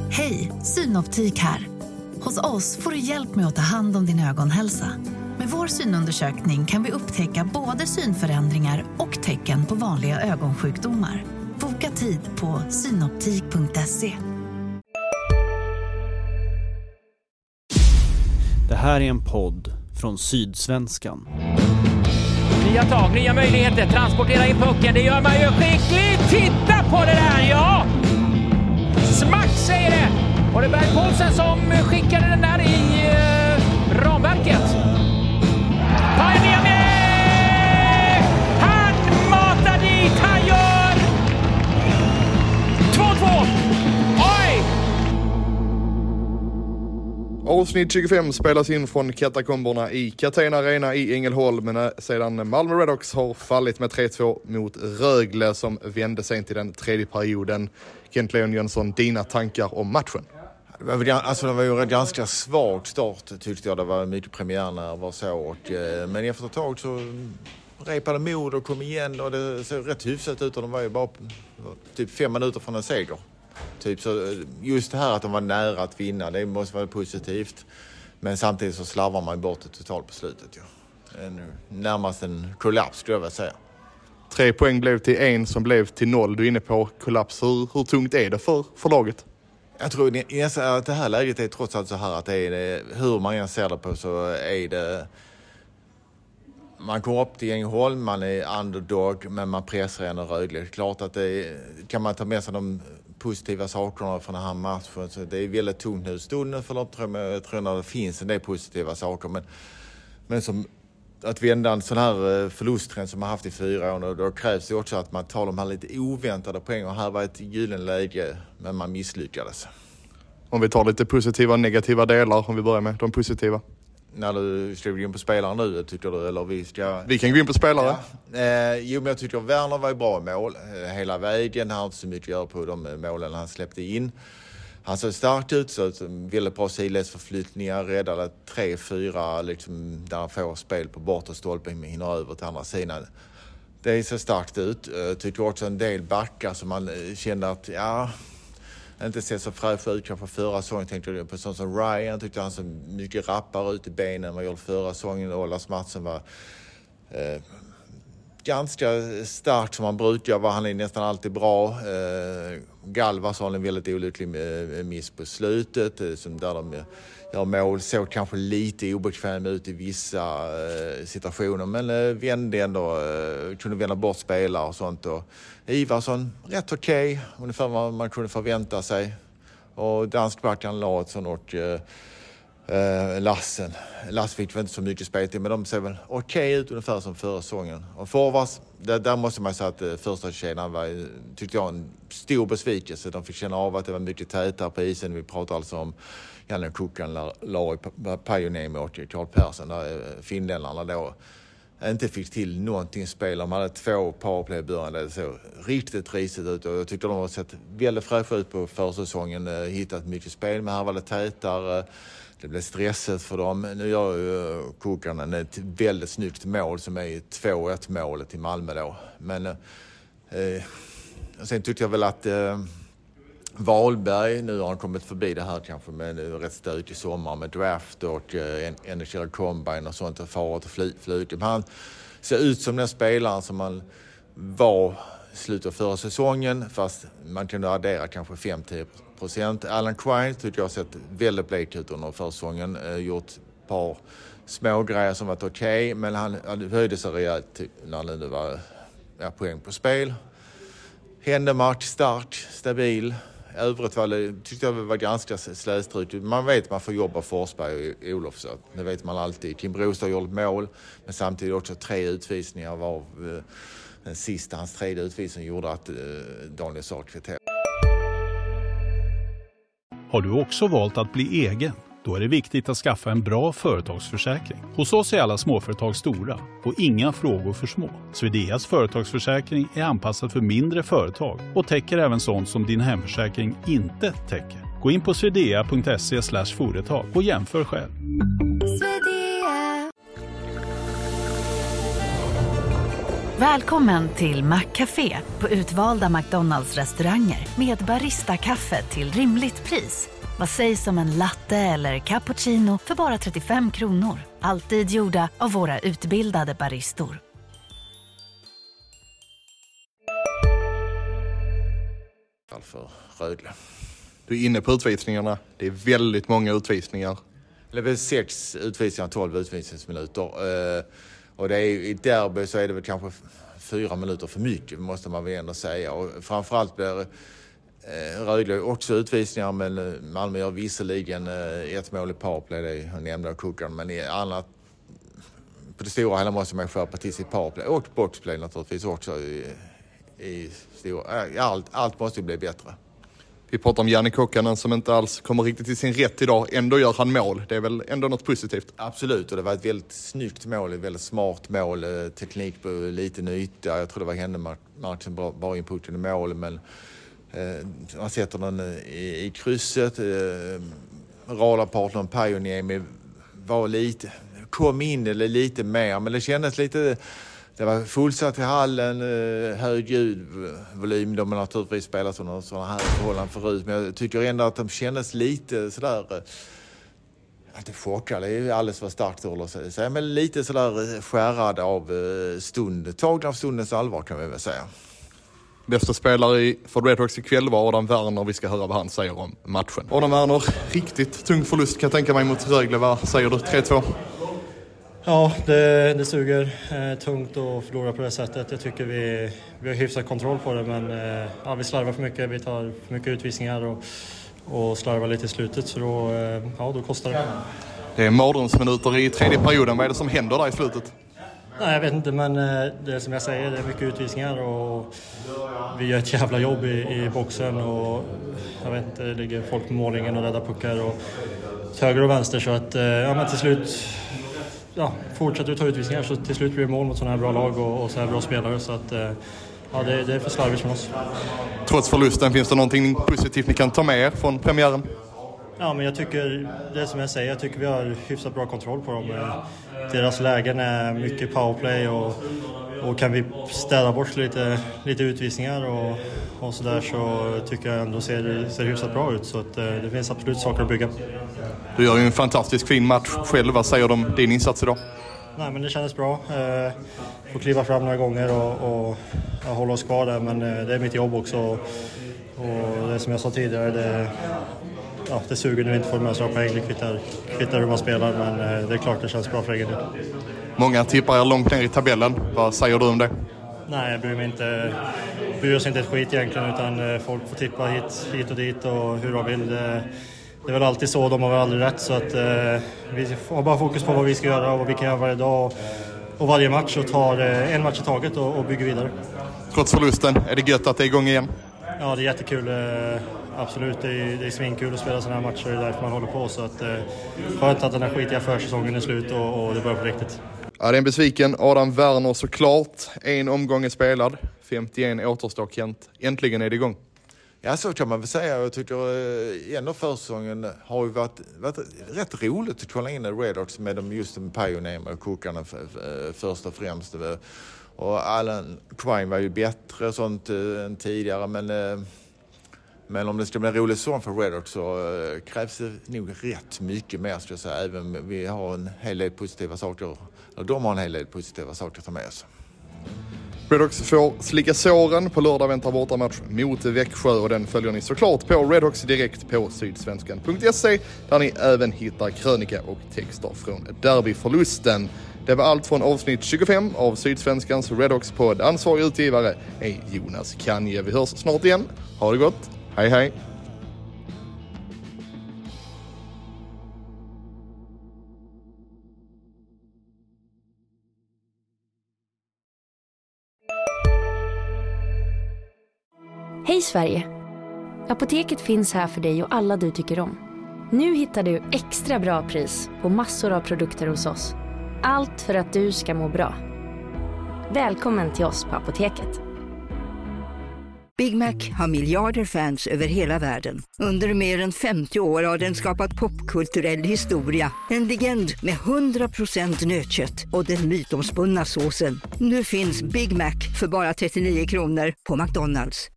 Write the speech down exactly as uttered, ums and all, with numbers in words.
Hej, Synoptik här. Hos oss får du hjälp med att ta hand om din ögonhälsa. Med vår synundersökning kan vi upptäcka både synförändringar och tecken på vanliga ögonsjukdomar. Boka tid på synoptik punkt se. Det här är en podd från Sydsvenskan. Nya tag, nya möjligheter, transportera in pucken, det gör man ju skickligt. Titta på det där, ja! Smack säger det! Och det är Berg Poulsen som skickade den där i uh, ramverket. Pajniemi! Han matar dit, han gör två två! Oj! Avsnitt tjugofem spelas in från katakomberna i Catena Arena i Ängelholm, men sedan Malmö Redhawks har fallit med tre två mot Rögle som vände sig till den tredje perioden. Kent Leon Jönsson, dina tankar om matchen? Det var, alltså det var ju en ganska svag start tyckte jag. Det var mycket premiärnerver och så. Och, men efter ett tag så repade mod och kom igen och det såg rätt hyfsat ut och de var ju bara typ fem minuter från en seger. Typ, så just det här att de var nära att vinna, det måste vara positivt. Men samtidigt så slarvar man bort det totalt på slutet. Ja. En, närmast en kollaps skulle jag vilja säga. Tre poäng blev till en som blev till noll. Du är inne på kollaps. Hur, hur tungt är det för, för laget? Jag tror att det här läget är trots allt så här att det är, hur man än ser det på så är det... Man kommer upp till Ängelholm, man är underdog men man pressar ändå Rögle. Klart att det är, kan man ta med sig de positiva sakerna från den här matchen. Så det är väldigt tungt nu stunden för lopp, tror jag, jag tror att det finns en del positiva saker. Men, men som att vända en sån här förlusttrend som man haft i fyra år, då krävs det också att man tar de här lite oväntade poäng. Och här var ett gyllene läge, men man misslyckades. Om vi tar lite positiva och negativa delar, om vi börjar med de positiva. När du ska gå in på spelare nu, tycker du? Eller vi ska... Vi kan gå in på spelare. Ja. Eh, jo, men jag tycker Werner var i bra mål eh, hela vägen. Han har inte så mycket att göra på de målen han släppte in. Han såg starkt ut, så väldigt bra sidledsförflyttningar, räddade tre fyra liksom, där han får spel på bortre stolpen med hinner över till andra sidan. Det ser starkt ut. Jag tycker också en del backar som man kände att, ja, inte ser så fräsch ut kanske förra säsongen. Tänkte jag på sånt som Ryan, tyckte han så mycket rappare ut i benen än vad jag gjorde förra säsongen. Olas Mattsson var eh, ganska stark som han brukar vara. Han är nästan alltid bra. Eh, Galvas har en väldigt olycklig miss på slutet. Eh, som där de gör mål. Såg kanske lite obekväm ut i vissa eh, situationer. Men eh, vände ändå. Eh, kunde vända bort spelare och sånt. Och Ivarsson, rätt okej. Okay, ungefär vad man kunde förvänta sig. Och danskbacken la ett sånt och... Eh, Uh, Lassen. Lass fick väl inte så mycket spel till, men de ser väl okej okay ut ungefär som förra säsongen. Och forwards, där, där måste man säga att uh, första kedjan var, tyckte jag, en stor besvikelse. De fick känna av att det var mycket tätare på isen. Vi pratar alltså om Janne Kukan, Lauri Pajuniemi och Karl Persson, där uh, finländarna då inte fick till någonting spel. De hade två powerplay i början där det såg riktigt risigt ut. Och jag tyckte de har sett väldigt fräscha ut på försäsongen. Uh, hittat mycket spel, men här var det tätare. Uh, Det blev stressigt för dem. Nu gör ju Kukan ett väldigt snyggt mål som är två ett målet till Malmö då. Men eh, sen tyckte jag väl att eh, Wahlberg, nu har han kommit förbi det här kanske med rätt stöd i sommar med draft och eh, N H L Combine och sånt och farat och fly, flyt. Men han ser ut som den spelaren som man var slutet av förra säsongen, fast man kunde addera kanske fem till procent. Alan Quine tycker jag har sett väldigt blek ut under försäsongen. Eh, gjort ett par små grejer som varit okej, okay, men han, han höjde sig rejält när det var ja, poäng på spel. Händemark, stark, stabil. Övrigt var det, tyckte jag var ganska slästrykt. Man vet att man får jobba Forsberg och Olofsson. Det vet man alltid. Kim Brostad har gjort mål, men samtidigt också tre utvisningar var eh, den sista, hans tredje utvisning gjorde att eh, Daniel sa kvittera. Har du också valt att bli egen? Då är det viktigt att skaffa en bra företagsförsäkring. Hos oss är alla småföretag stora och inga frågor för små. Swedeas företagsförsäkring är anpassad för mindre företag och täcker även sånt som din hemförsäkring inte täcker. Gå in på swedea punkt se slash företag och jämför själv. Välkommen till McCafé på utvalda McDonalds restauranger Med Barista-kaffe till rimligt pris. Vad sägs om en latte eller cappuccino för bara trettiofem kronor? Alltid gjorda av våra utbildade baristor. För Rögle. Du är inne på utvisningarna. Det är väldigt många utvisningar. Det är väl sex utvisningar, tolv utvisningsminuter. Uh, och det är, i derby så är det väl kanske fyra minuter för mycket, måste man väl ändå säga. Och framförallt blir uh, Rögle också utvisningar, men Malmö gör visserligen uh, ett mål i powerplay, det är nämnda kuckaren, men i annat, på det stora hela måste man skärpa till sitt powerplay och boxplay naturligtvis också. I, i stora, uh, allt, allt måste ju bli bättre. Vi pratar om Janne Kokkanen som inte alls kommer riktigt till sin rätt idag. Ändå gör han mål. Det är väl ändå något positivt? Absolut, och det var ett väldigt snyggt mål, ett väldigt smart mål. Teknik på liten yta. Jag tror det var Händemark som bara inputen i mål. Men eh, man sätter den i, i krysset. Eh, Radarpartnern Pajoniemi var lite, kom in eller lite mer. Men det kändes lite... Det var fullsatt i hallen, hög ljudvolym. De har naturligtvis spelat sådana, sådana här förhållanden förut. Men jag tycker ändå att de kändes lite sådär... Att det chockade, det är alldeles för starkt att säga. Men lite sådär skärrad av stund. Tagna av stundens allvar kan vi väl säga. Bästa spelare i för Redhawks ikväll var Adam Werner. Vi ska höra vad han säger om matchen. Adam Werner, riktigt tung förlust kan jag tänka mig mot Rögle. Vad säger du? tre två? Ja, det, det suger eh, tungt att förlora på det sättet. Jag tycker vi, vi har hyfsat kontroll på det, men eh, ja, vi slarvar för mycket. Vi tar för mycket utvisningar och, och slarvar lite i slutet, så då, eh, ja, då kostar det. Det är mardrömsminuter i tredje perioden. Vad är det som händer där i slutet? Nej, jag vet inte, men eh, det är som jag säger, det är mycket utvisningar och vi gör ett jävla jobb i, i boxen och jag vet inte, det ligger folk på målningen och räddar puckar och till höger och vänster, så att eh, ja, men till slut... Ja, fortsätter vi ta utvisningar så till slut blir det mål mot sådana här bra lag och, och så här bra spelare, så att ja, det, det är för slarvigt från oss. Trots förlusten, finns det någonting positivt ni kan ta med er från premiären? Ja, men jag tycker, det som jag säger, jag tycker vi har hyfsat bra kontroll på dem. Deras lägen är mycket powerplay och, och kan vi städa bort lite, lite utvisningar och, och så där, så tycker jag ändå ser ser hyfsat bra ut, så att det finns absolut saker att bygga. Du gör ju en fantastisk fin match själv. Vad säger du om din insats idag? Nej, men det kändes bra. Eh, får kliva fram några gånger och, och ja, hålla oss kvar där, men eh, det är mitt jobb också. Och, och det som jag sa tidigare, det, ja, det suger när vi inte får med sig poäng. Det kvittar, kvittar hur man spelar, men eh, det är klart det känns bra för egen del. Många tippar er långt ner i tabellen. Vad säger du om det? Nej, jag bryr mig inte, bryr oss inte ett skit egentligen, utan eh, folk får tippa hit, hit och dit och hur de vill. Det, Det är väl alltid så, de har väl aldrig rätt, så att eh, vi har bara fokus på vad vi ska göra och vad vi kan göra varje dag och, och varje match, och tar eh, en match i taget och, och bygger vidare. Trots förlusten, är det gött att det är igång igen? Ja, det är jättekul. Eh, absolut, det är, det är svinkul att spela sådana här matcher, det är därför man håller på, så att eh, skönt att den här skitiga försäsongen är slut och, och det börjar på riktigt. Ja, det är en besviken Adam Werner såklart. En omgång är spelad, femtioen återstår Kent. Äntligen är det igång. Ja, så kan man väl säga. Jag tycker eh, ändå försäsongen har ju varit, varit rätt roligt att kolla in i Redhawks med dem, just med Pajoniemi och Kokkarna för, för, först och främst. Och Alan Quine var ju bättre och sånt eh, än tidigare, men, eh, men om det ska bli en rolig säsong för Redhawks så eh, krävs det nog rätt mycket mer, ska jag säga. Även vi har en hel del positiva saker, eller de har en hel del positiva saker att ta med oss. Redhawks får slicka såren. På lördag väntar bortamatch mot Växjö och den följer ni såklart på Redhawks direkt på sydsvenskan punkt se, där ni även hittar krönika och texter från derbyförlusten. Det var allt från avsnitt tjugofem av Sydsvenskans Redhawks podd. Ansvarig utgivare är Jonas Kanje. Vi hörs snart igen. Ha det gott. Hej hej. Hej Sverige! Apoteket finns här för dig och alla du tycker om. Nu hittar du extra bra pris på massor av produkter hos oss. Allt för att du ska må bra. Välkommen till oss på Apoteket. Big Mac har miljarder fans över hela världen. Under mer än femtio år har den skapat popkulturell historia. En legend med hundra procent nötkött och den mytomspunna såsen. Nu finns Big Mac för bara trettionio kronor på McDonalds.